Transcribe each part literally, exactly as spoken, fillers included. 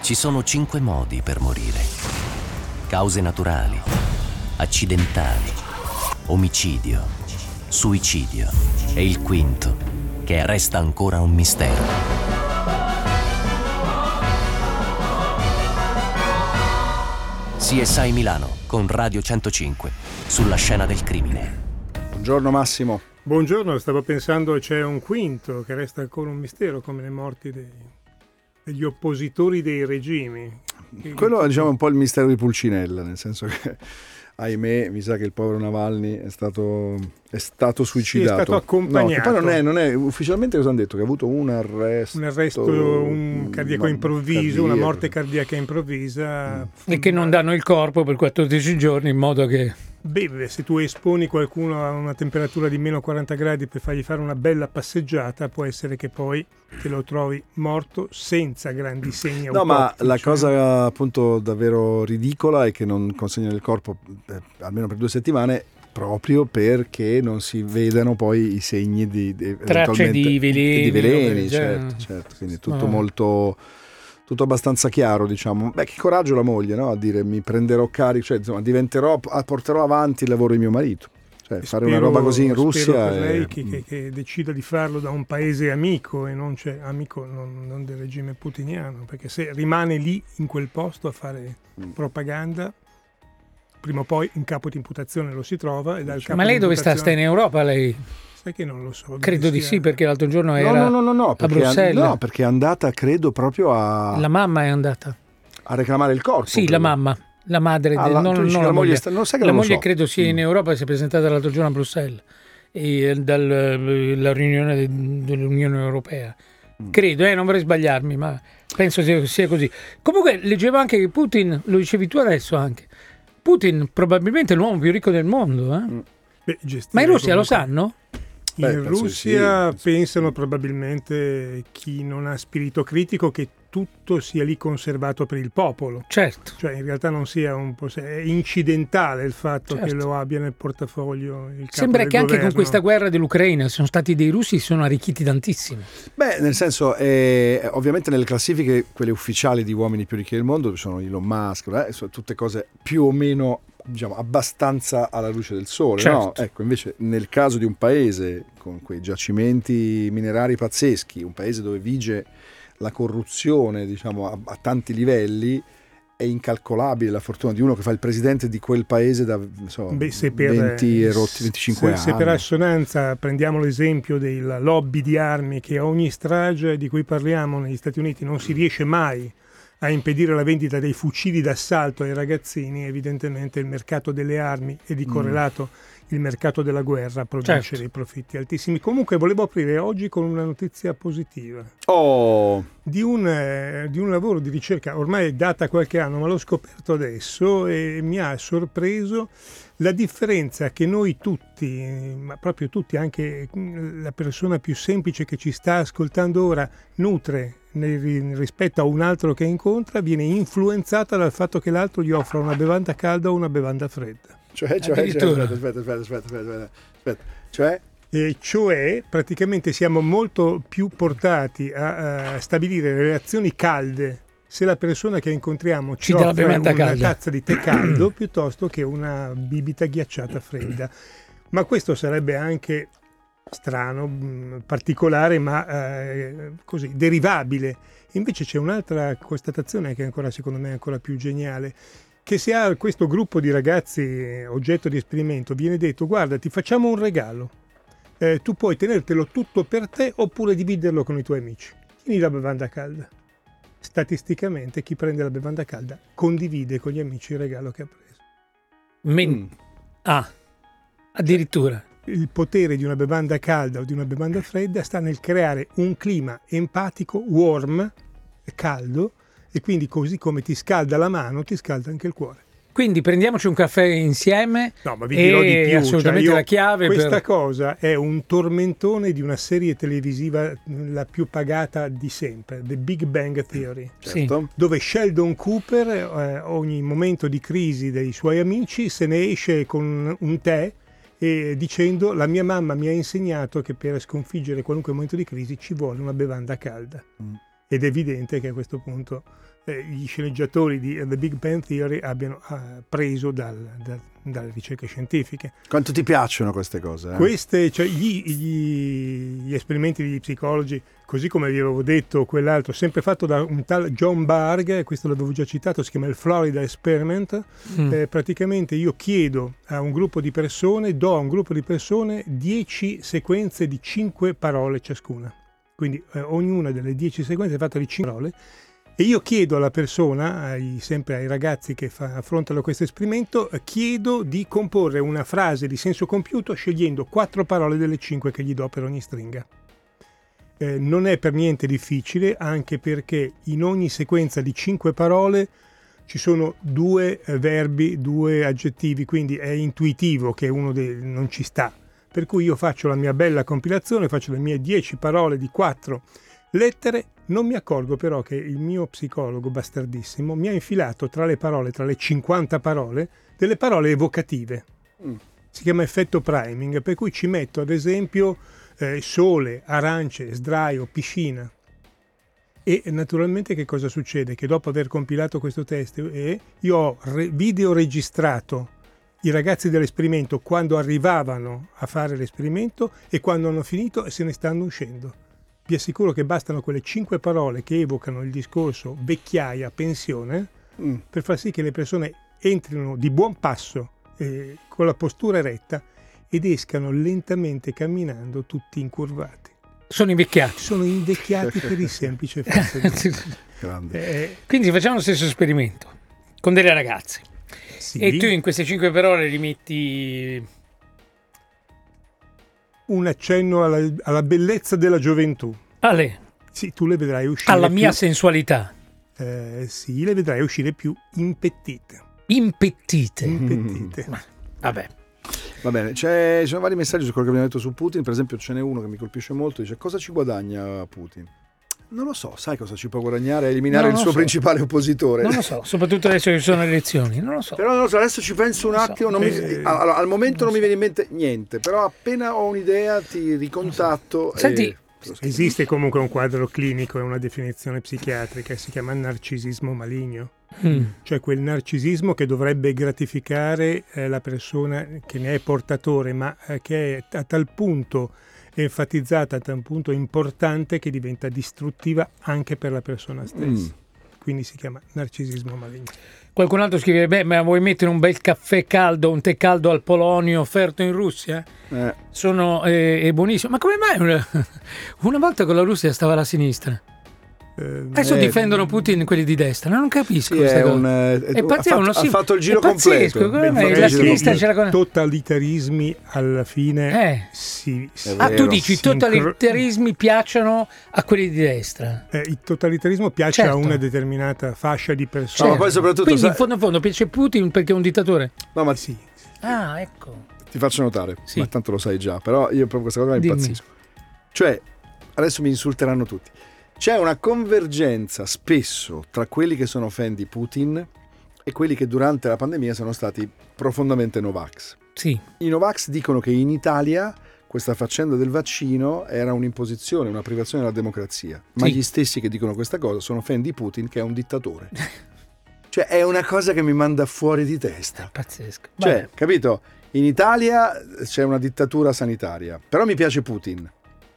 Ci sono cinque modi per morire. Cause naturali, accidentali, omicidio, suicidio e il quinto, che resta ancora un mistero. C S I Milano con Radio centocinque sulla scena del crimine. Buongiorno Massimo. Buongiorno, stavo pensando c'è un quinto che resta ancora un mistero, come le morti dei, degli oppositori dei regimi. Quello è, diciamo, un po' il mistero di Pulcinella, nel senso che ahimè mi sa che il povero Navalny è stato, è stato suicidato. Sì, è stato accompagnato. No, che poi non è, non è ufficialmente cosa hanno detto? Che ha avuto un arresto. Un arresto un cardiaco no, improvviso, cardiaco. Una morte cardiaca improvvisa. Mm. E che non danno il corpo per quattordici giorni in modo che... Beh, se tu esponi qualcuno a una temperatura di meno quaranta gradi per fargli fare una bella passeggiata, può essere che poi te lo trovi morto senza grandi segni no, autoptici. Ma la cosa appunto davvero ridicola è che non consegnano il corpo eh, almeno per due settimane, proprio perché non si vedano poi i segni di, di tracce di veleni, di veleni no, certo, certo, quindi tutto no. molto tutto abbastanza chiaro, diciamo. Beh, che coraggio la moglie, no? A dire mi prenderò carico, cioè insomma diventerò, porterò avanti il lavoro di mio marito. Cioè, E fare spero, una roba così in Russia spero per è... lei che, che, che decida di farlo da un paese amico e non c'è amico non, non del regime putiniano, perché se rimane lì in quel posto a fare mm. propaganda, prima o poi un capo di imputazione lo si trova e dal capo ma lei di dove sta? Sta in Europa lei? Sai che non lo so. Credo di sia... sì, perché l'altro giorno era no, no, no, no, a Bruxelles. No, perché è andata, credo, proprio a... La mamma è andata. A reclamare il corpo. Sì, credo. la mamma, la madre. Ah, del... la, non, non la, la moglie, sta... non sai che la non moglie so. credo sia in mm. Europa e si è presentata l'altro giorno a Bruxelles e dalla riunione dell'Unione Europea. Mm. Credo, eh, non vorrei sbagliarmi, ma penso sia, sia così. Comunque leggevo anche che Putin, lo dicevi tu adesso anche, Putin probabilmente è l'uomo più ricco del mondo. Eh? Mm. Beh, ma in Russia comunque... lo sanno? In Beh, Russia sì. pensano probabilmente chi non ha spirito critico che tutto sia lì conservato per il popolo. Certo. Cioè in realtà non sia un po' è incidentale il fatto certo. che lo abbia nel portafoglio il capo Sembra del che anche governo. con questa guerra dell'Ucraina sono stati dei russi che sono arricchiti tantissimo. Beh, nel senso, eh, ovviamente nelle classifiche, quelle ufficiali di uomini più ricchi del mondo, ci sono Elon Musk, eh, sono tutte cose più o meno, diciamo, abbastanza alla luce del sole, certo. no? Ecco, invece nel caso di un paese con quei giacimenti minerari pazzeschi, un paese dove vige la corruzione, diciamo, a, a tanti livelli, è incalcolabile la fortuna di uno che fa il presidente di quel paese da so, Beh, se per, venti e rotti, venticinque se, anni. Se per assonanza prendiamo l'esempio della lobby di armi che a ogni strage di cui parliamo negli Stati Uniti non si riesce mai a impedire la vendita dei fucili d'assalto ai ragazzini, evidentemente il mercato delle armi e di correlato mm. il mercato della guerra produce certo. dei profitti altissimi. Comunque volevo aprire oggi con una notizia positiva. Oh! Di un, eh, di un lavoro di ricerca, ormai è data qualche anno, ma l'ho scoperto adesso e mi ha sorpreso la differenza che noi tutti, ma proprio tutti, anche la persona più semplice che ci sta ascoltando ora, nutre nel, rispetto a un altro che incontra, viene influenzata dal fatto che l'altro gli offra una bevanda calda o una bevanda fredda. Cioè, cioè, cioè aspetta, aspetta, aspetta, aspetta, aspetta, aspetta, cioè? E cioè praticamente siamo molto più portati a, a stabilire relazioni calde se la persona che incontriamo ci, ci offre una calda. tazza di tè caldo piuttosto che una bibita ghiacciata fredda. Ma questo sarebbe anche strano, particolare, ma eh, così derivabile. Invece c'è un'altra constatazione che ancora secondo me è ancora più geniale, che se a questo gruppo di ragazzi oggetto di esperimento viene detto guarda ti facciamo un regalo, eh, tu puoi tenertelo tutto per te oppure dividerlo con i tuoi amici, tieni la bevanda calda. Statisticamente chi prende la bevanda calda condivide con gli amici il regalo che ha preso. Men- mm. Ah, addirittura. Il potere di una bevanda calda o di una bevanda fredda sta nel creare un clima empatico, warm, caldo, e quindi così come ti scalda la mano, ti scalda anche il cuore. Quindi prendiamoci un caffè insieme. No, ma vi dirò di più. Assolutamente cioè io, la chiave. Questa per... cosa è un tormentone di una serie televisiva la più pagata di sempre, The Big Bang Theory, certo. sì. Dove Sheldon Cooper, eh, ogni momento di crisi dei suoi amici, se ne esce con un tè e dicendo la mia mamma mi ha insegnato che per sconfiggere qualunque momento di crisi ci vuole una bevanda calda. Mm. ed è evidente che a questo punto eh, gli sceneggiatori di The Big Bang Theory abbiano eh, preso dal, dal, dalle ricerche scientifiche. Quanto ti piacciono queste cose? Eh? Queste, cioè gli, gli, gli esperimenti degli psicologi, così come vi avevo detto quell'altro, sempre fatto da un tal John Bargh, questo l'avevo già citato, si chiama il Florida Experiment. Mm. Eh, praticamente io chiedo a un gruppo di persone, do a un gruppo di persone dieci sequenze di cinque parole ciascuna. Quindi eh, ognuna delle dieci sequenze è fatta di cinque parole. E io chiedo alla persona, ai, sempre ai ragazzi che fa, affrontano questo esperimento, chiedo di comporre una frase di senso compiuto scegliendo quattro parole delle cinque che gli do per ogni stringa. Eh, non è per niente difficile, anche perché in ogni sequenza di cinque parole ci sono due verbi, due aggettivi, quindi è intuitivo che uno dei, non ci sta. Per cui io faccio la mia bella compilazione, faccio le mie dieci parole di quattro lettere. Non mi accorgo però che il mio psicologo bastardissimo mi ha infilato tra le parole, tra le cinquanta parole, delle parole evocative. Mm. Si chiama effetto priming, per cui ci metto ad esempio eh, sole, arance, sdraio, piscina. E naturalmente che cosa succede? Che dopo aver compilato questo test eh, io ho re- videoregistrato i ragazzi dell'esperimento quando arrivavano a fare l'esperimento e quando hanno finito e se ne stanno uscendo. Vi assicuro che bastano quelle cinque parole che evocano il discorso vecchiaia, pensione, mm. per far sì che le persone entrino di buon passo eh, con la postura eretta ed escano lentamente camminando tutti incurvati. Sono invecchiati. Sono invecchiati per il semplice fatto di... eh, Quindi facciamo lo stesso esperimento con delle ragazze. Sì. E tu in queste cinque parole rimetti... un accenno alla, alla bellezza della gioventù. Ale. Sì, tu le vedrai uscire alla più, mia sensualità. Eh, sì, le vedrai uscire più impettite. Impettite. Impettite. Ma, vabbè. Va bene, c'è, ci sono vari messaggi su quello che abbiamo detto su Putin. Per esempio ce n'è uno che mi colpisce molto, dice: cosa ci guadagna Putin? Non lo so, sai cosa ci può guadagnare? Eliminare il suo so. principale oppositore. Non lo so, soprattutto adesso che ci sono le elezioni, non lo so. Però non lo so, adesso ci penso un non attimo, so. non eh, mi, allora, al momento non, non mi viene in mente niente, però appena ho un'idea ti ricontatto. So. Senti, e... esiste comunque un quadro clinico e una definizione psichiatrica, si chiama narcisismo maligno. Mm. Cioè quel narcisismo che dovrebbe gratificare eh, la persona che ne è portatore, ma eh, che è a tal punto enfatizzata, a tal punto importante che diventa distruttiva anche per la persona stessa. Mm. Quindi si chiama narcisismo maligno. Qualcun altro scrive: beh, ma vuoi mettere un bel caffè caldo, un tè caldo al polonio offerto in Russia? Eh. Sono eh, è buonissimo. Ma come mai una, una volta con la Russia stava alla sinistra? Adesso eh, difendono Putin quelli di destra, non capisco. Sì, è un, è, è pazzesco, ha, fatto, si, ha fatto il giro completo. La sinistra c'era con... totalitarismi alla fine eh. si, si ah, tu dici i totalitarismi incro... piacciono a quelli di destra? Eh, il totalitarismo piace certo. a una determinata fascia di persone. Certo. Ma poi soprattutto, quindi sai... in fondo in fondo piace Putin perché è un dittatore? No, ma sì. Ah, ecco. Ti faccio notare, sì. ma tanto lo sai già, però io proprio questa cosa mi impazzisco. Cioè, adesso mi insulteranno tutti. C'è una convergenza spesso tra quelli che sono fan di Putin e quelli che durante la pandemia sono stati profondamente Novax. Sì. I Novax dicono che in Italia questa faccenda del vaccino era un'imposizione, una privazione della democrazia, ma sì. gli stessi che dicono questa cosa sono fan di Putin, che è un dittatore. Cioè è una cosa che mi manda fuori di testa. È pazzesco. Cioè, Vabbè. capito? In Italia c'è una dittatura sanitaria, però mi piace Putin.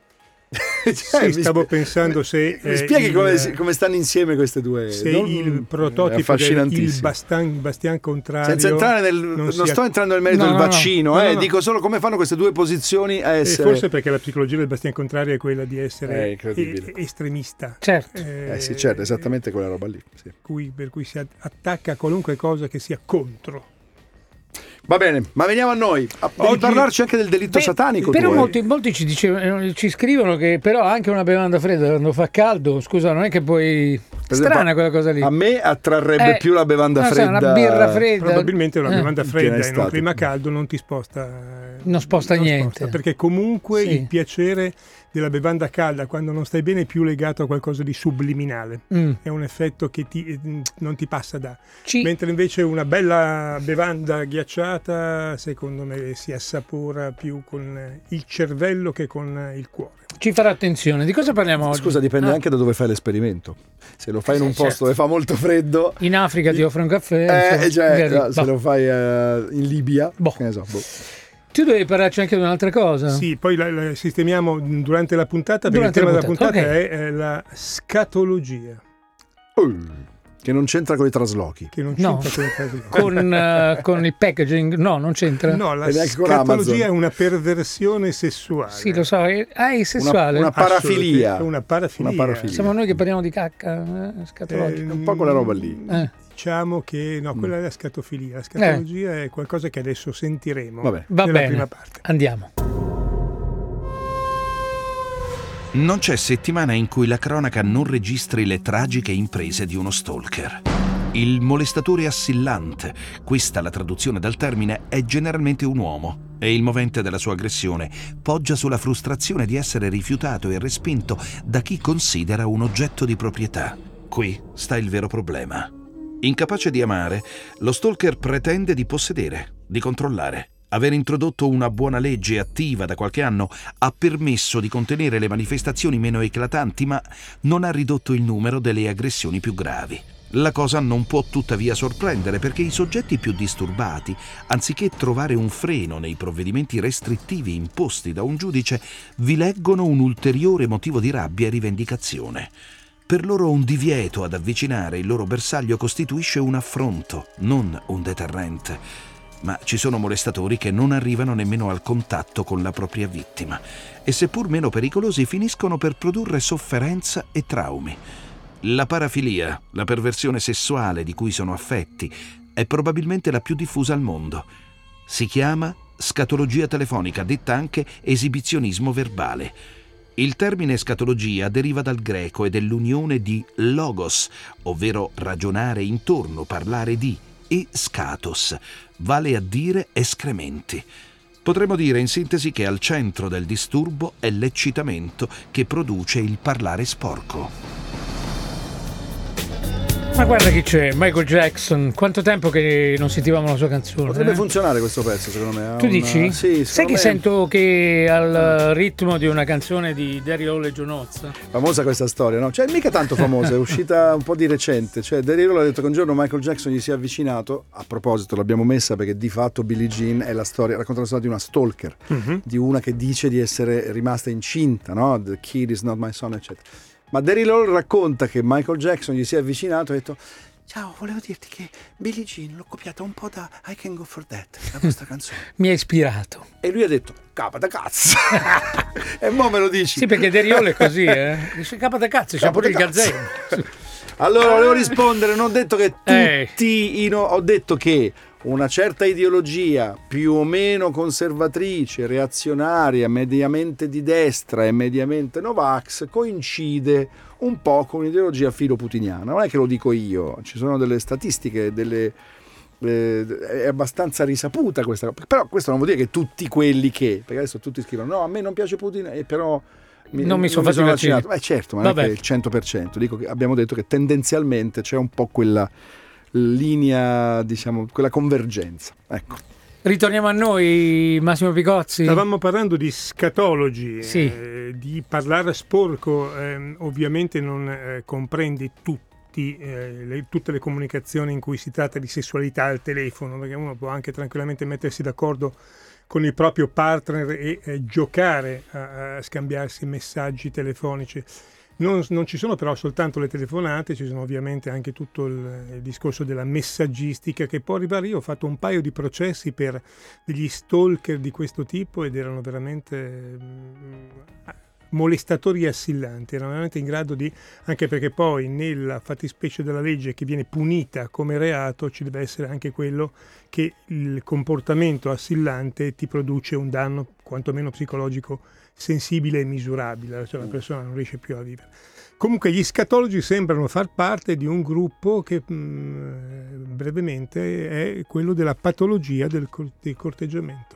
Cioè, sì, stavo mi, pensando se mi spieghi il, come, come stanno insieme queste due. Se non, il prototipo del Bastian, Bastian contrario, senza entrare nel non, non sto entrando nel merito no, del no, vaccino, no, eh, no, no. dico solo come fanno queste due posizioni a essere. E forse perché la psicologia del Bastian contrario è quella di essere eh, estremista. Certo, eh, eh sì, certo, esattamente quella roba lì. Sì. Cui, per cui si attacca a qualunque cosa che sia contro. Va bene, ma veniamo a noi. A Oggi... parlarci anche del delitto beh, satanico. Però tu, molti, molti ci, dicevano, ci scrivono che però anche una bevanda fredda quando fa caldo, scusa, non è che poi strana esempio, quella cosa lì. A me attrarrebbe eh, più la bevanda so, fredda. Una birra fredda. Probabilmente una bevanda eh. fredda in un clima caldo non ti sposta. Non sposta non niente. Sposta, perché comunque sì. il piacere della bevanda calda quando non stai bene è più legato a qualcosa di subliminale. Mm. È un effetto che ti, non ti passa da. Ci... Mentre invece una bella bevanda ghiacciata secondo me si assapora più con il cervello che con il cuore. Ci farà attenzione. Di cosa parliamo oggi? Scusa, dipende ah. anche da dove fai l'esperimento. Se lo fai in un posto certo. dove fa molto freddo, in Africa ti offre un caffè, eh, cioè, no, se lo fai uh, in Libia, boh. che ne so, boh. Tu devi parlarci anche di un'altra cosa. Sì, poi la, la sistemiamo durante la puntata, perché durante il tema della puntata okay. è, è la scatologia. Uh. Che non c'entra con i traslochi. Che non c'entra no. con i traslochi. Con, uh, con il packaging, no, non c'entra. No, la scatologia è una perversione sessuale. Sì, lo so. È, ah, è sessuale. Una, una parafilia. Una parafilia. Una parafilia. Siamo noi che parliamo di cacca eh, scatologica. Eh, un po' quella roba lì. Eh. Diciamo che no, quella è la scatofilia. La scatologia eh. è qualcosa che adesso sentiremo. Vabbè. Va nella bene. prima parte. Andiamo. Non c'è settimana in cui la cronaca non registri le tragiche imprese di uno stalker. Il molestatore assillante, questa la traduzione dal termine, è generalmente un uomo e il movente della sua aggressione poggia sulla frustrazione di essere rifiutato e respinto da chi considera un oggetto di proprietà. Qui sta il vero problema. Incapace di amare, lo stalker pretende di possedere, di controllare. Aver introdotto una buona legge attiva da qualche anno ha permesso di contenere le manifestazioni meno eclatanti, ma non ha ridotto il numero delle aggressioni più gravi. La cosa non può tuttavia sorprendere, perché i soggetti più disturbati, anziché trovare un freno nei provvedimenti restrittivi imposti da un giudice, vi leggono un ulteriore motivo di rabbia e rivendicazione. Per loro un divieto ad avvicinare il loro bersaglio costituisce un affronto, non un deterrente. Ma ci sono molestatori che non arrivano nemmeno al contatto con la propria vittima e, seppur meno pericolosi, finiscono per produrre sofferenza e traumi. La parafilia, la perversione sessuale di cui sono affetti, è probabilmente la più diffusa al mondo. Si chiama scatologia telefonica, detta anche esibizionismo verbale. Il termine scatologia deriva dal greco e dell'unione di logos, ovvero ragionare intorno, parlare di, e scatos, vale a dire escrementi. Potremmo dire in sintesi che al centro del disturbo è l'eccitamento che produce il parlare sporco. Ma guarda chi c'è, Michael Jackson. Quanto tempo che non sentivamo la sua canzone. Potrebbe eh? funzionare questo pezzo, secondo me. Tu una... dici? Sì, sai che me... sento che al ritmo di una canzone di Daryl Hall e John Oates. Famosa questa storia, no? Cioè mica tanto famosa, è uscita un po' di recente. Cioè Daryl Hall ha detto che un giorno Michael Jackson gli si è avvicinato. A proposito, l'abbiamo messa perché di fatto Billie Jean è la storia, racconta la storia di una stalker, uh-huh. di una che dice di essere rimasta incinta, no? The kid is not my son, eccetera. Ma Daryl Hall racconta che Michael Jackson gli si è avvicinato e ha detto: ciao, volevo dirti che Billie Jean l'ho copiata un po' da I Can Go For That, la vostra canzone. Mi ha ispirato. E lui ha detto, capa da cazzo. E mo me lo dici. Sì, perché Daryl Hall è così, eh. Dice capa da cazzo, c'è pure il gazzetto. Allora, volevo rispondere, non ho detto che tutti, i no, ho detto che una certa ideologia più o meno conservatrice, reazionaria, mediamente di destra e mediamente Novax coincide un po' con un'ideologia filoputiniana. Non è che lo dico io, ci sono delle statistiche, delle, eh, è abbastanza risaputa questa cosa. Però questo non vuol dire che tutti quelli che, perché adesso tutti scrivono no, a me non piace Putin, e però mi, non mi sono, non mi sono vaccinato. Beh certo, ma non è che il cento per cento. Dico che abbiamo detto che tendenzialmente c'è un po' quella linea, diciamo, quella convergenza. Ecco. Ritorniamo a noi, Massimo Picozzi. Stavamo parlando di scatologi, sì. eh, di parlare sporco, eh, ovviamente non eh, comprende tutti, eh, le, tutte le comunicazioni in cui si tratta di sessualità al telefono, perché uno può anche tranquillamente mettersi d'accordo con il proprio partner e eh, giocare a, a scambiarsi messaggi telefonici. Non, non ci sono però soltanto le telefonate, ci sono ovviamente anche tutto il, il discorso della messaggistica che può arrivare. Io ho fatto un paio di processi per degli stalker di questo tipo ed erano veramente mh, molestatori assillanti, erano veramente in grado di, anche perché poi nella fattispecie della legge che viene punita come reato ci deve essere anche quello che il comportamento assillante ti produce un danno quantomeno psicologico sensibile e misurabile, cioè la persona non riesce più a vivere. Comunque gli scatologi sembrano far parte di un gruppo che mh, brevemente è quello della patologia del, del corteggiamento.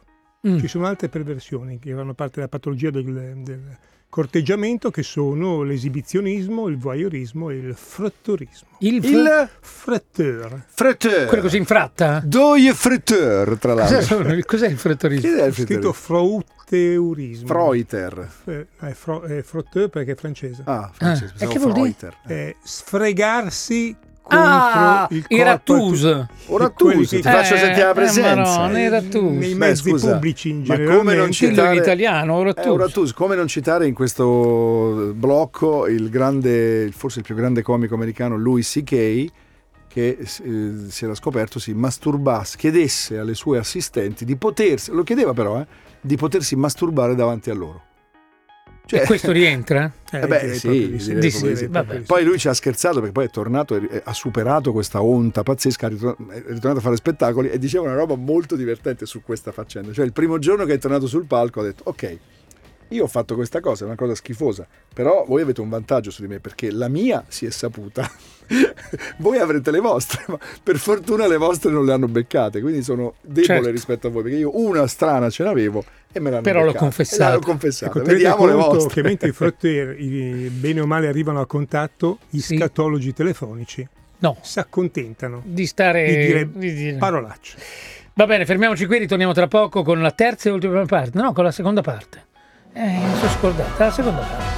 Mm. Ci sono altre perversioni che fanno parte della patologia del, del corteggiamento, che sono l'esibizionismo, il voyeurismo e il frattorismo. Il, fr- il... fratteur. Fratteur. Quello così in fratta? Doie fratteur, tra l'altro. Cos'è, cos'è il frattorismo? Che è il scritto frauteurismo. Freuter. Eh, è, fro- è frotteur perché è francese. Ah, francese. Ah, e che vuol dire? È sfregarsi contro ah, il i Rattus. Ora tu ti faccio eh, sentire la presenza. Eh, Rattus. Nei mezzi Beh, scusa, pubblici in generale. Come non citare in italiano, Rattus. Eh, Rattus, come non citare in questo blocco il grande, forse il più grande comico americano Louis C K, che eh, si era scoperto si masturbasse, chiedesse alle sue assistenti di potersi, lo chiedeva però, eh, di potersi masturbare davanti a loro. Cioè, e questo rientra? Eh, eh beh, sì, di sì, di sì, sì. Poi lui ci ha scherzato perché poi è tornato, ha superato questa onta pazzesca, è ritornato a fare spettacoli e diceva una roba molto divertente su questa faccenda. Cioè il primo giorno che è tornato sul palco ha detto ok, io ho fatto questa cosa, è una cosa schifosa, però voi avete un vantaggio su di me perché la mia si è saputa. Voi avrete le vostre, ma per fortuna le vostre non le hanno beccate, quindi sono debole certo. rispetto a voi, perché io una strana ce l'avevo e me l'hanno però beccata. l'ho confessato. L'ho confessato. Ecco, vediamo le vostre. Che mentre i fratteur bene o male arrivano a contatto, i sì. scatologi telefonici no. si accontentano di stare di dire, di dire parolacce. Va bene, fermiamoci qui, ritorniamo tra poco con la terza e ultima parte, no, con la seconda parte. Eh, mi sono scordata, la seconda parte.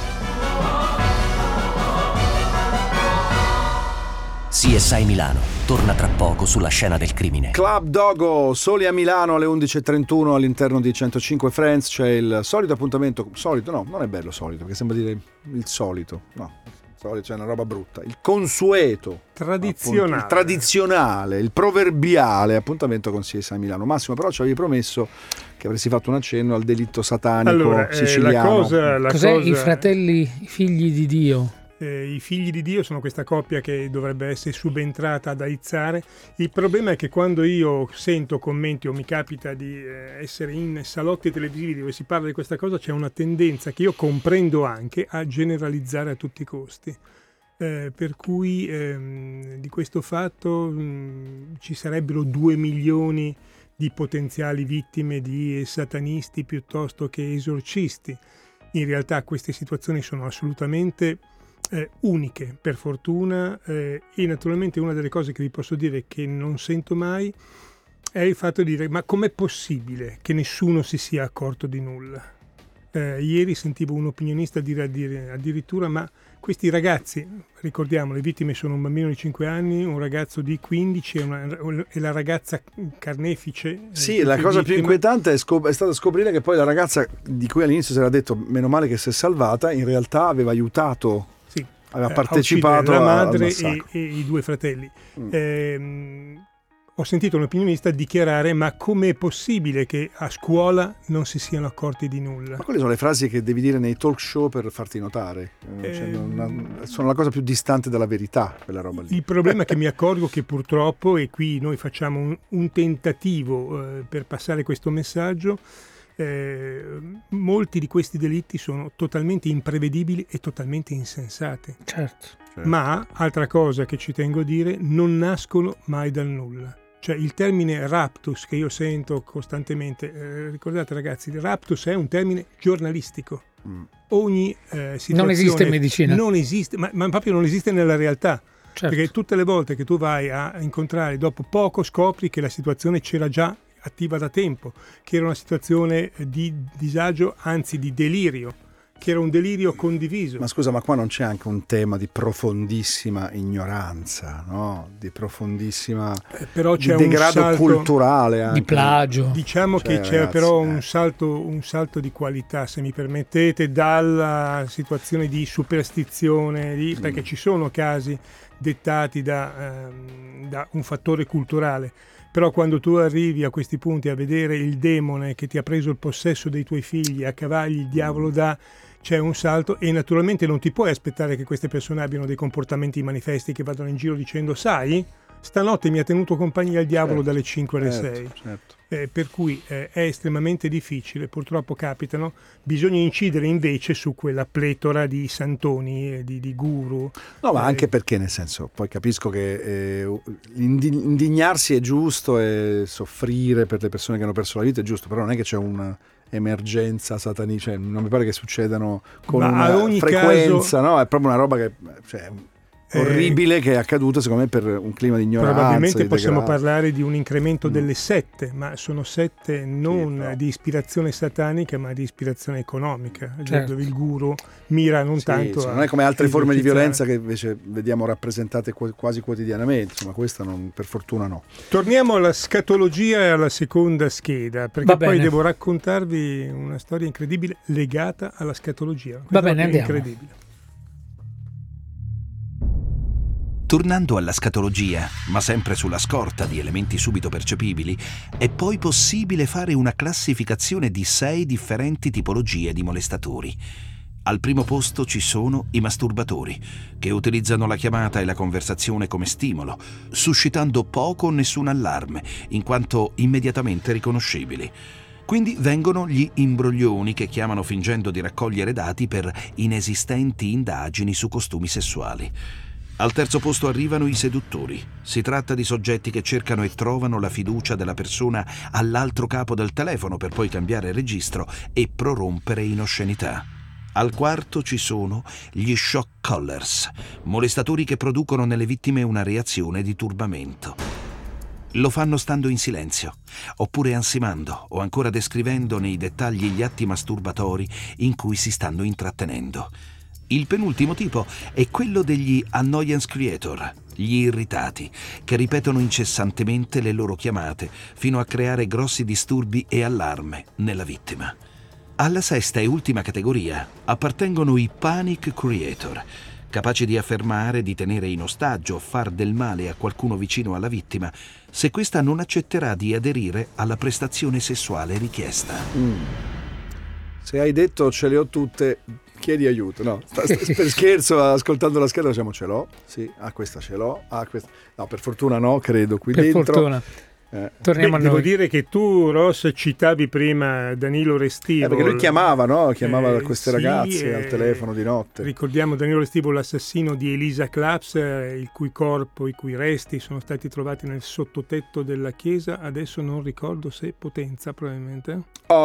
C S I Milano torna tra poco sulla scena del crimine. Club Dogo, soli a Milano alle undici e trentuno all'interno di centocinque Friends. C'è il solito appuntamento, solito no, non è bello solito, perché sembra dire il solito, no, solito, cioè una roba brutta. Il consueto, tradizionale, appunto, il tradizionale, il proverbiale appuntamento con C S I Milano. Massimo, però ci avevi promesso che avresti fatto un accenno al delitto satanico allora, siciliano. Eh, la cosa, la Cos'è cosa... i fratelli, i figli di Dio? Eh, I figli di Dio sono questa coppia che dovrebbe essere subentrata ad aizzare. Il problema è che quando io sento commenti o mi capita di eh, essere in salotti televisivi dove si parla di questa cosa, c'è una tendenza che io comprendo anche a generalizzare a tutti i costi. Eh, per cui ehm, di questo fatto mh, ci sarebbero due milioni di potenziali vittime di satanisti piuttosto che esorcisti. In realtà queste situazioni sono assolutamente Eh, uniche, per fortuna, eh, e naturalmente una delle cose che vi posso dire che non sento mai è il fatto di dire ma com'è possibile che nessuno si sia accorto di nulla? Eh, ieri sentivo un opinionista dire, dire addirittura ma questi ragazzi, ricordiamo le vittime sono un bambino di cinque anni, un ragazzo di quindici e, una, e la ragazza carnefice. Sì, la cosa vittime. più inquietante è, scop- è stata scoprire che poi la ragazza di cui all'inizio si era detto meno male che si è salvata, in realtà aveva aiutato, aveva partecipato la madre e, e i due fratelli. Mm. Eh, ho sentito un opinionista dichiarare ma com'è possibile che a scuola non si siano accorti di nulla? Ma quelle sono le frasi che devi dire nei talk show per farti notare, eh, cioè, non, sono la cosa più distante dalla verità, quella roba lì. Il problema è che mi accorgo che purtroppo, e qui noi facciamo un, un tentativo eh, per passare questo messaggio, Eh, molti di questi delitti sono totalmente imprevedibili e totalmente insensati. Certo. certo. Ma, altra cosa che ci tengo a dire, non nascono mai dal nulla. Cioè il termine raptus che io sento costantemente, eh, ricordate ragazzi, il raptus è un termine giornalistico. Mm. Ogni eh, situazione non esiste in medicina. Non esiste, ma, ma proprio non esiste nella realtà. Certo. Perché tutte le volte che tu vai a incontrare, dopo poco scopri che la situazione c'era già attiva da tempo, che era una situazione di disagio, anzi di delirio, che era un delirio condiviso. Ma scusa, ma qua non c'è anche un tema di profondissima ignoranza, no? Di profondissima eh, però c'è di degrado un salto, culturale anche. Di plagio. Diciamo cioè, che c'è ragazzi, però eh. un salto un salto di qualità, se mi permettete, dalla situazione di superstizione, di, mm. perché ci sono casi dettati da, ehm, da un fattore culturale. Però quando tu arrivi a questi punti a vedere il demone che ti ha preso il possesso dei tuoi figli, a cavalli il diavolo dà, c'è un salto e naturalmente non ti puoi aspettare che queste persone abbiano dei comportamenti manifesti che vadano in giro dicendo sai, Stanotte mi ha tenuto compagnia il diavolo certo, dalle cinque alle certo, sei, certo. Eh, per cui eh, è estremamente difficile, purtroppo capitano, bisogna incidere invece su quella pletora di santoni e di, di guru. No, ma eh, anche perché, nel senso, poi capisco che eh, indignarsi è giusto e soffrire per le persone che hanno perso la vita è giusto, però non è che c'è un'emergenza satanica, cioè, non mi pare che succedano con ma una ogni frequenza, caso, no? È proprio una roba che... Cioè, orribile, eh, che è accaduto secondo me per un clima di ignoranza. Probabilmente di possiamo degrado. parlare di un incremento mm. delle sette, ma sono sette non sì, di ispirazione satanica ma di ispirazione economica, certo. dove il guru mira non sì, tanto insomma, a non è come altre forme di violenza che invece vediamo rappresentate quasi quotidianamente, insomma questa non, per fortuna no. Torniamo alla scatologia e alla seconda scheda, perché poi devo raccontarvi una storia incredibile legata alla scatologia. Va bene, andiamo. Incredibile. Tornando alla scatologia, ma sempre sulla scorta di elementi subito percepibili, è poi possibile fare una classificazione di sei differenti tipologie di molestatori. Al primo posto ci sono i masturbatori, che utilizzano la chiamata e la conversazione come stimolo, suscitando poco o nessun allarme, in quanto immediatamente riconoscibili. Quindi vengono gli imbroglioni, che chiamano fingendo di raccogliere dati per inesistenti indagini su costumi sessuali. Al terzo posto arrivano i seduttori. Si tratta di soggetti che cercano e trovano la fiducia della persona all'altro capo del telefono per poi cambiare registro e prorompere in oscenità. Al quarto ci sono gli shock collars, molestatori che producono nelle vittime una reazione di turbamento. Lo fanno stando in silenzio, oppure ansimando o ancora descrivendo nei dettagli gli atti masturbatori in cui si stanno intrattenendo. Il penultimo tipo è quello degli annoyance creator, gli irritati, che ripetono incessantemente le loro chiamate fino a creare grossi disturbi e allarme nella vittima. Alla sesta e ultima categoria appartengono i panic creator, capaci di affermare di tenere in ostaggio o far del male a qualcuno vicino alla vittima se questa non accetterà di aderire alla prestazione sessuale richiesta. Mm. Se hai detto ce le ho tutte, chiedi aiuto. No, per scherzo, ascoltando la scheda diciamo ce l'ho, sì, ah questa ce l'ho, ah questa no, per fortuna no, credo qui per dentro. Fortuna. Eh. Torniamo Beh, a noi. Devo dire che tu, Ross, citavi prima Danilo Restivo. Eh, perché lui chiamava, no? Chiamava eh, queste sì, ragazze eh, al telefono di notte. Ricordiamo Danilo Restivo, l'assassino di Elisa Claps, eh, il cui corpo, i cui resti sono stati trovati nel sottotetto della chiesa. Adesso non ricordo se Potenza, probabilmente.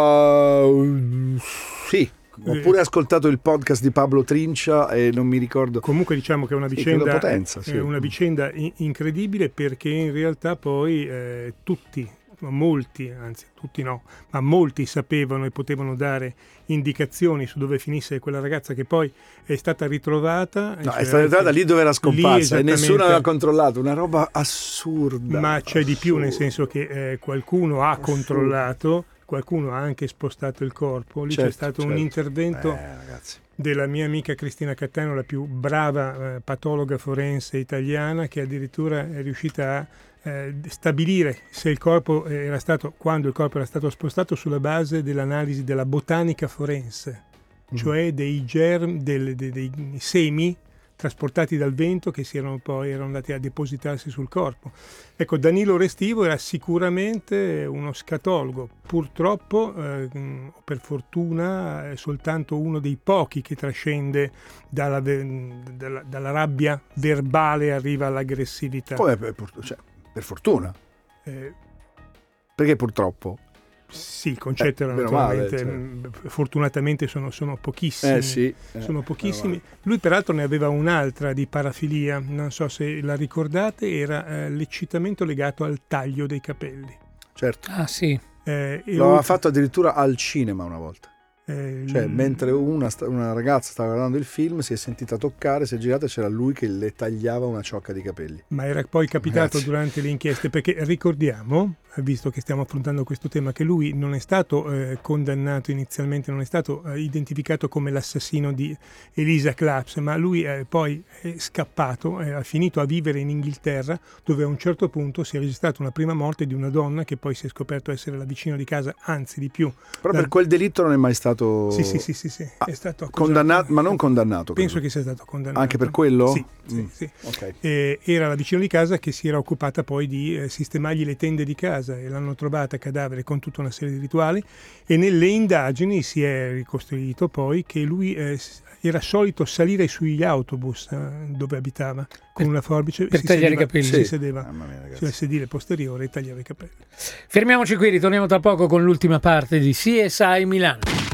Uh, sì. Ho pure ascoltato il podcast di Pablo Trincia e non mi ricordo. Comunque diciamo che è una vicenda, sì, Potenza, sì. è una vicenda incredibile, perché in realtà poi eh, tutti, molti, anzi tutti no, ma molti sapevano e potevano dare indicazioni su dove finisse quella ragazza, che poi è stata ritrovata. No, cioè, è stata ritrovata lì dove era scomparsa e nessuno aveva controllato, una roba assurda. Ma c'è assurda. Di più, nel senso che eh, qualcuno ha assurda. controllato. Qualcuno ha anche spostato il corpo, lì certo, c'è stato certo. un intervento eh, della mia amica Cristina Cattaneo, la più brava eh, patologa forense italiana, che addirittura è riuscita a eh, stabilire se il corpo era stato, quando il corpo era stato spostato, sulla base dell'analisi della botanica forense, mm. cioè dei germi, del, dei, dei semi trasportati dal vento che si erano poi erano andati a depositarsi sul corpo. Ecco, Danilo Restivo era sicuramente uno scatologo, purtroppo, eh, per fortuna, è soltanto uno dei pochi che trascende dalla, dalla, dalla rabbia verbale e arriva all'aggressività. Come per, cioè, per fortuna? Eh, Perché purtroppo? Sì, il concetto eh, era naturalmente, male, cioè. fortunatamente sono, sono pochissimi, eh, sì, eh, sono pochissimi. Lui peraltro ne aveva un'altra di parafilia, non so se la ricordate, era eh, l'eccitamento legato al taglio dei capelli. Certo. Ah sì. Eh, Lo aveva fatto addirittura al cinema una volta. Eh, cioè, l... mentre una, una ragazza stava guardando il film, si è sentita toccare, si è girata e c'era lui che le tagliava una ciocca di capelli. Ma era poi capitato Grazie. durante le inchieste, perché ricordiamo, visto che stiamo affrontando questo tema, che lui non è stato eh, condannato inizialmente, non è stato eh, identificato come l'assassino di Elisa Claps, ma lui eh, poi è scappato, eh, ha finito a vivere in Inghilterra, dove a un certo punto si è registrata una prima morte di una donna che poi si è scoperto essere la vicina di casa, anzi di più. Però la... per quel delitto non è mai stato stato... Sì, sì, sì, sì, sì. Ah, è stato condannato, ma non condannato. Penso credo. che sia stato condannato. Anche per quello? Sì, sì, mm. sì. Okay. Eh, era la vicina di casa che si era occupata poi di eh, sistemargli le tende di casa e l'hanno trovata cadavere con tutta una serie di rituali, e nelle indagini si è ricostruito poi che lui eh, era solito salire sugli autobus eh, dove abitava con una forbice per si tagliare sedeva, i capelli. si Sì. sedeva Mia, sul sedile posteriore e tagliava i capelli. Fermiamoci qui, ritorniamo tra poco con l'ultima parte di C S I Milano.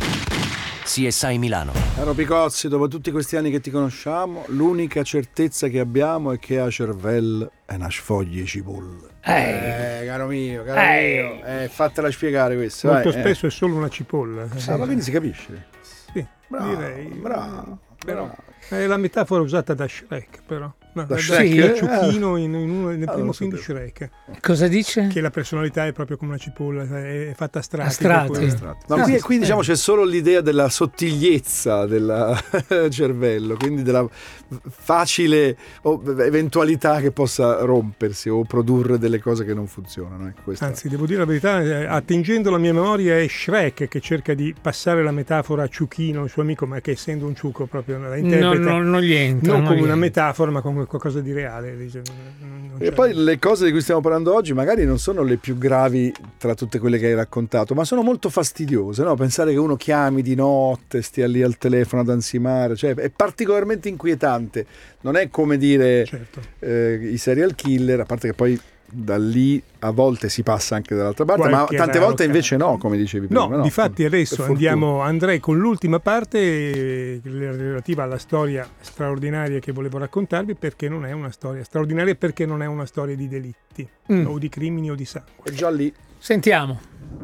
C S I Milano. Caro Picozzi, dopo tutti questi anni che ti conosciamo, l'unica certezza che abbiamo è che a cervello è una sfoglia di cipolla. Eh. Eh, caro mio, caro Eh. mio, eh, fatela spiegare questo. Molto vai, spesso eh. è solo una cipolla. Ah, ma quindi si capisce? Sì, Bravo, direi. bravo, Però bravo. è la metafora usata da Shrek, però. No, Da da, Shrek? da Eh. Ciuchino in, in uno, nel Ah, primo lo film di sapevo. Shrek. Cosa dice? Che la personalità è proprio come una cipolla, è fatta a strati. A strati. proprio. Ma Ah, qui, sì, qui sì. diciamo c'è solo l'idea della sottigliezza del cervello, quindi della facile o- eventualità che possa rompersi o produrre delle cose che non funzionano. Ecco, questa- Anzi, devo dire la verità, eh, attingendo la mia memoria è Shrek che cerca di passare la metafora a Ciuchino, il suo amico, ma che essendo un ciuco proprio la No, interpreta no, non gli entra. non non come gli una entra. metafora, ma come qualcosa di reale. Dice, non- non E c'è- poi le cose di cui stiamo parlando oggi magari non sono le più gravi tra tutte quelle che hai raccontato, ma sono molto fastidiose, no? Pensare che uno chiami di notte, stia lì al telefono ad ansimare, cioè è particolarmente inquietante. Non è come dire Certo. eh, i serial killer, a parte che poi da lì a volte si passa anche dall'altra parte, Qualche ma tante raro volte invece caso. no, come dicevi prima. No, difatti per adesso fortuna. andiamo, andrei con l'ultima parte eh, relativa alla storia straordinaria che volevo raccontarvi, perché non è una storia straordinaria, perché non è una storia di delitti Mm. o di crimini o di sangue. È già lì. Sentiamo.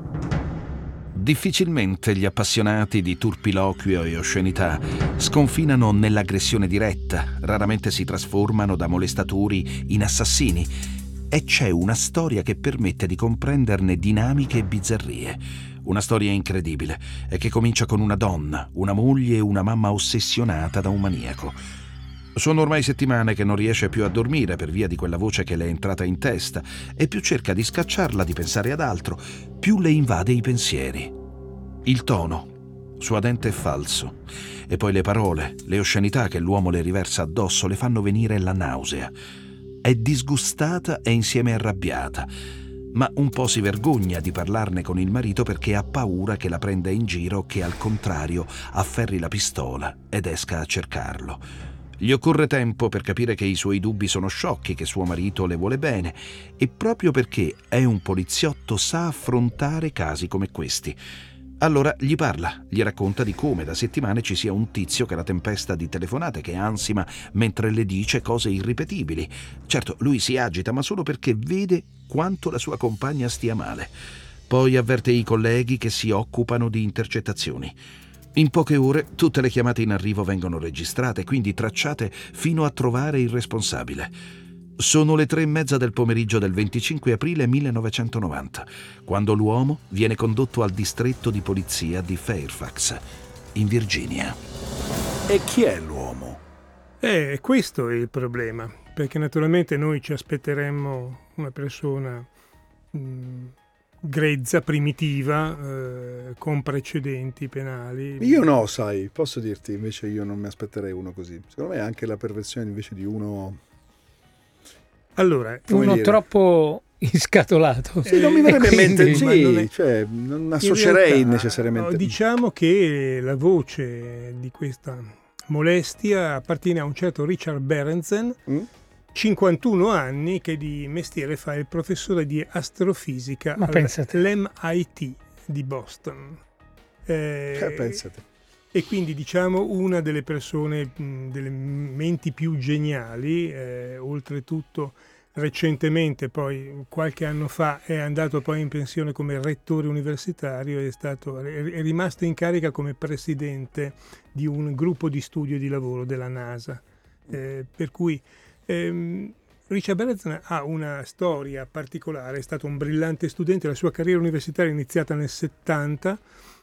Difficilmente gli appassionati di turpiloquio e oscenità sconfinano nell'aggressione diretta, raramente si trasformano da molestatori in assassini, e c'è una storia che permette di comprenderne dinamiche e bizzarrie. Una storia incredibile e che comincia con una donna, una moglie e una mamma ossessionata da un maniaco. Sono ormai settimane che non riesce più a dormire per via di quella voce che le è entrata in testa, e più cerca di scacciarla, di pensare ad altro, più le invade i pensieri. Il tono, suadente e falso, e poi le parole, le oscenità che l'uomo le riversa addosso le fanno venire la nausea. È disgustata e insieme arrabbiata, ma un po' si vergogna di parlarne con il marito perché ha paura che la prenda in giro, che al contrario afferri la pistola ed esca a cercarlo. Gli occorre tempo per capire che i suoi dubbi sono sciocchi, che suo marito le vuole bene, e proprio perché è un poliziotto sa affrontare casi come questi. Allora gli parla, gli racconta di come da settimane ci sia un tizio che la tempesta di telefonate, che ansima mentre le dice cose irripetibili. Certo, lui si agita, ma solo perché vede quanto la sua compagna stia male. Poi avverte i colleghi che si occupano di intercettazioni. In poche ore tutte le chiamate in arrivo vengono registrate, quindi tracciate fino a trovare il responsabile. Sono le tre e mezza del pomeriggio del venticinque aprile millenovecentonovanta, quando l'uomo viene condotto al distretto di polizia di Fairfax, in Virginia. E chi è l'uomo? Eh, questo è il problema, perché naturalmente noi ci aspetteremmo una persona mh, grezza, primitiva, eh, con precedenti penali. Io no, sai, posso dirti, invece io non mi aspetterei uno così. Secondo me è anche la perversione invece di uno... Allora, Come Uno dire? troppo iscatolato. Sì, non mi Eh, verrebbe in quindi- mente, sì, ma non è- cioè, non in associerei realtà, necessariamente. diciamo che la voce di questa molestia appartiene a un certo Richard Berentzen, Mm? cinquantuno anni, che di mestiere fa il professore di astrofisica Ma pensate. all'M I T di Boston. Eh, Eh, pensate. E quindi diciamo una delle persone, mh, delle menti più geniali, eh, oltretutto recentemente, poi qualche anno fa, è andato poi in pensione come rettore universitario, è, stato, è rimasto in carica come presidente di un gruppo di studio e di lavoro della NASA. Eh, per cui ehm, Richard Berentzen ha una storia particolare, è stato un brillante studente, la sua carriera universitaria è iniziata nel settanta,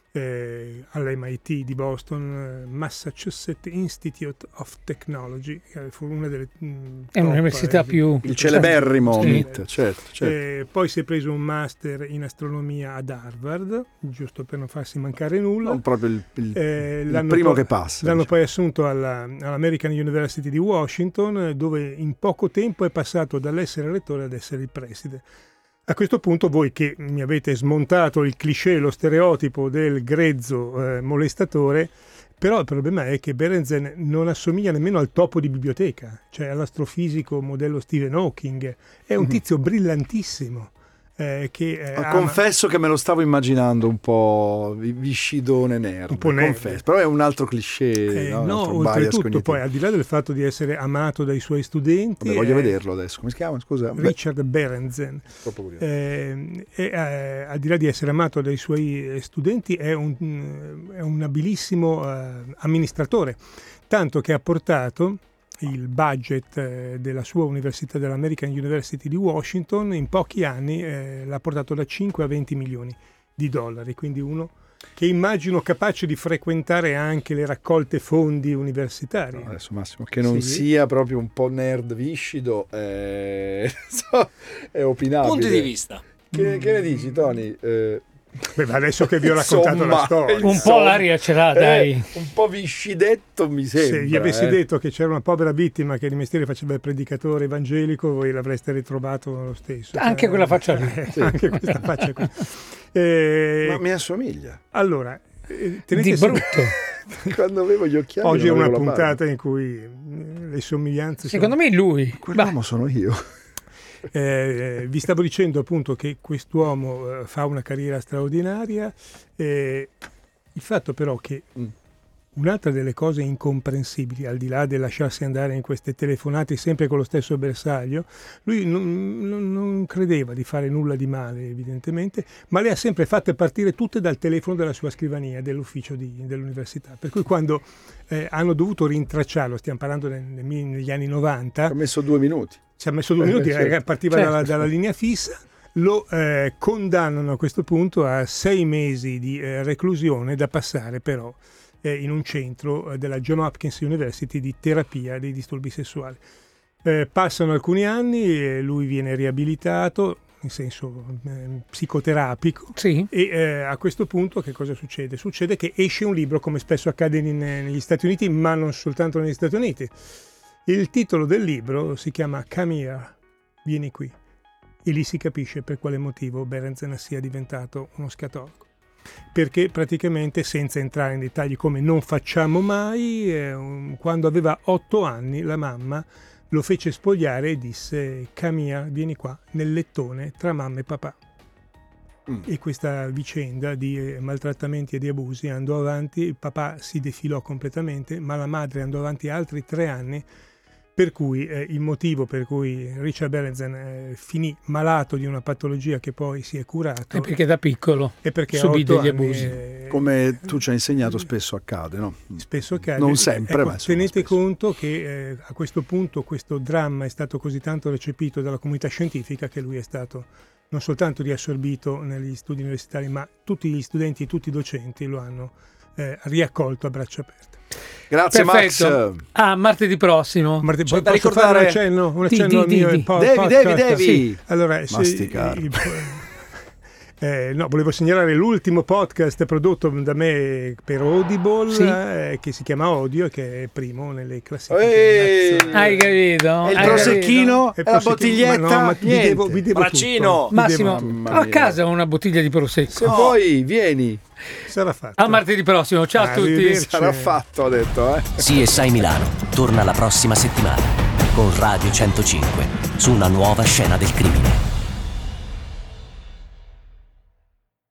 eh, all'M I T di Boston, Massachusetts Institute of Technology, che fu una delle mh, è un'università eh, più il celeberrimo sì. M I T, certo, certo. Eh, poi si è preso un master in astronomia ad Harvard, giusto per non farsi mancare nulla. Non proprio il, il, eh, il primo poi, che passa. L'hanno diciamo. poi assunto alla, all'American University di Washington, dove in poco tempo è passato dall'essere rettore ad essere il preside. A questo punto voi che mi avete smontato il cliché, lo stereotipo del grezzo eh, molestatore, però il problema è che Berentzen non assomiglia nemmeno al topo di biblioteca, cioè all'astrofisico modello Stephen Hawking, è un tizio brillantissimo. Eh, che, eh, ama... Confesso che me lo stavo immaginando un po' viscidone nerd, un po' nerd. Confesso, però è un altro cliché. Eh, no, no, oltretutto poi al di là del fatto di essere amato dai suoi studenti, Vabbè, voglio è... vederlo adesso, come si chiama? Scusa. Richard Berentzen, eh, e, eh, al di là di essere amato dai suoi studenti è un, è un abilissimo eh, amministratore, tanto che ha portato il budget eh, della sua università, dell'American University di Washington, in pochi anni eh, l'ha portato da cinque a venti milioni di dollari, quindi uno che immagino capace di frequentare anche le raccolte fondi universitarie. No, adesso Massimo, che non sì. sia proprio un po' nerd viscido è, è opinabile. Punti di vista. Che, che ne dici, Tony? Eh, Beh, ma adesso che vi ho raccontato insomma, la storia, un insomma, po' l'aria ce l'ha, dai. Eh, un po' viscidetto mi sembra. se gli avessi eh. detto che c'era una povera vittima che di mestiere faceva il predicatore evangelico, voi l'avreste ritrovato lo stesso. Anche cioè, quella faccia lì. eh, sì. Anche questa faccia qui. Eh, Ma mi assomiglia. Allora, eh, tenete Di se- brutto. Quando avevo gli occhiali oggi è non una avevo la puntata barba. in cui eh, le somiglianze Secondo sono... me è lui. Quell'uomo sono io. Eh, vi stavo dicendo appunto che quest'uomo eh, fa una carriera straordinaria, eh, il fatto però che Mm. un'altra delle cose incomprensibili, al di là del lasciarsi andare in queste telefonate sempre con lo stesso bersaglio, lui non, non, non credeva di fare nulla di male evidentemente, ma le ha sempre fatte partire tutte dal telefono della sua scrivania, dell'ufficio di, dell'università, per cui quando eh, hanno dovuto rintracciarlo, stiamo parlando nel, negli anni novanta, Ho messo due minuti. ci ha messo due minuti, certo. eh, partiva Certo. dalla, dalla linea fissa, lo eh, condannano a questo punto a sei mesi di eh, reclusione da passare però eh, in un centro eh, della Johns Hopkins University di terapia dei disturbi sessuali. Eh, passano alcuni anni e lui viene riabilitato in senso eh, psicoterapico. Sì. E eh, a questo punto che cosa succede? Succede che esce un libro, come spesso accade in, negli Stati Uniti, ma non soltanto negli Stati Uniti. Il titolo del libro si chiama Come Here, vieni qui, e lì si capisce per quale motivo Berentzen sia diventato uno scatologo. Perché praticamente, senza entrare in dettagli come non facciamo mai, eh, un, quando aveva otto anni la mamma lo fece spogliare e disse Come here, vieni qua, nel lettone tra mamma e papà. Mm. E questa vicenda di eh, maltrattamenti e di abusi andò avanti, il papà si defilò completamente, ma la madre andò avanti altri tre anni, per cui eh, il motivo per cui Richard Berentzen eh, finì malato di una patologia che poi si è curato È perché da piccolo è perché subì degli anni, abusi. eh, Come tu ci hai insegnato, spesso accade, no? Spesso accade. Non sempre, ecco, ma insomma, tenete spesso. conto che eh, a questo punto questo dramma è stato così tanto recepito dalla comunità scientifica che lui è stato non soltanto riassorbito negli studi universitari, ma tutti gli studenti e tutti i docenti lo hanno eh, riaccolto a braccia aperte. Grazie Perfetto. Max. Ah, martedì prossimo. Martì, C'è da posso ricordare- fare un accenno, un Di, accenno di, al mio di, di. po- Devi, podcast? devi, devi. Sì. Allora, se- Masticare. il- eh, no, volevo segnalare l'ultimo podcast prodotto da me per Audible, Sì. eh, che si chiama Audio e che è primo nelle classifiche Ehi! nazionali. Hai capito? E il Hai prosecchino? E E la prosecco- bottiglietta? ma no, ma vi Niente. devo, vi devo Braccino! tutto. Vi Massimo, devo- Mamma a mia. casa una bottiglia di prosecco. Se vuoi, vieni. sarà fatto. Al martedì prossimo. Ciao a tutti. Arrivederci. Sarà fatto, ho detto, eh. C S I Milano torna la prossima settimana con Radio centocinque su una nuova scena del crimine.